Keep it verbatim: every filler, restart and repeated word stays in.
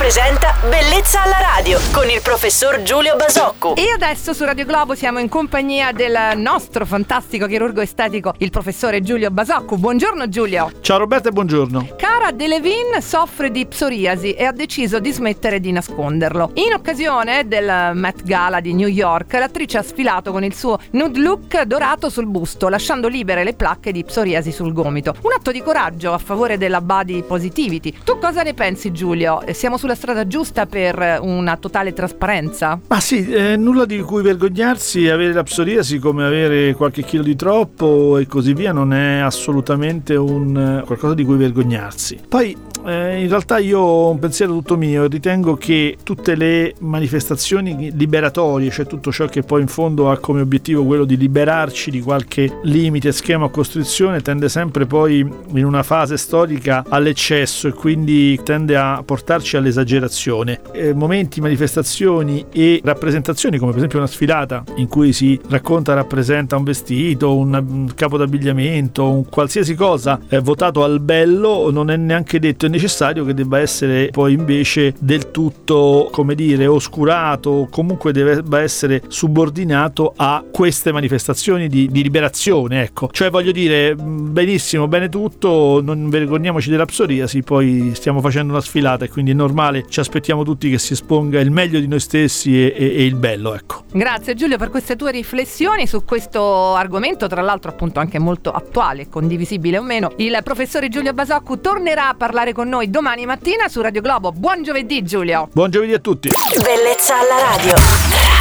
presenta Bellezza alla radio con il professor Giulio Basocco. E adesso su Radio Globo siamo in compagnia del nostro fantastico chirurgo estetico, il professore Giulio Basocco. Buongiorno Giulio. Ciao Roberta e buongiorno. Cara Delevingne soffre di psoriasi e ha deciso di smettere di nasconderlo. In occasione del Met Gala di New York, l'attrice ha sfilato con il suo nude look dorato sul busto, lasciando libere le placche di psoriasi sul gomito. Un atto di coraggio a favore della body positivity. Tu cosa ne pensi Giulio? Siamo sulla strada giusta per una totale trasparenza? Ma sì, eh, nulla di cui vergognarsi. Avere la psoriasi come avere qualche chilo di troppo e così via non è assolutamente un qualcosa di cui vergognarsi. Poi eh, in realtà io ho un pensiero tutto mio, ritengo che tutte le manifestazioni liberatorie, cioè tutto ciò che poi in fondo ha come obiettivo quello di liberarci di qualche limite, schema o costrizione, tende sempre poi in una fase storica all'eccesso e quindi tende a portarci all'esagerazione. Eh, momenti, manifestazioni e rappresentazioni come per esempio una sfilata in cui si racconta, rappresenta un vestito, un, un capo d'abbigliamento, un qualsiasi cosa eh, votato al bello, non è neanche detto e necessario che debba essere poi invece del tutto, come dire, oscurato o comunque debba essere subordinato a queste manifestazioni di, di liberazione, ecco. Cioè voglio dire, benissimo, bene tutto, non vergogniamoci della psoriasi, poi stiamo facendo una sfilata e quindi è normale, ci aspettiamo tutti che si esponga il meglio di noi stessi e, e, e il bello, ecco. Grazie Giulio per queste tue riflessioni su questo argomento, tra l'altro appunto anche molto attuale, condivisibile o meno. Il professore Giulio Basocco tornerà a parlare con noi domani mattina su Radio Globo. Buon giovedì Giulio. Buon giovedì a tutti. Bellezza alla radio.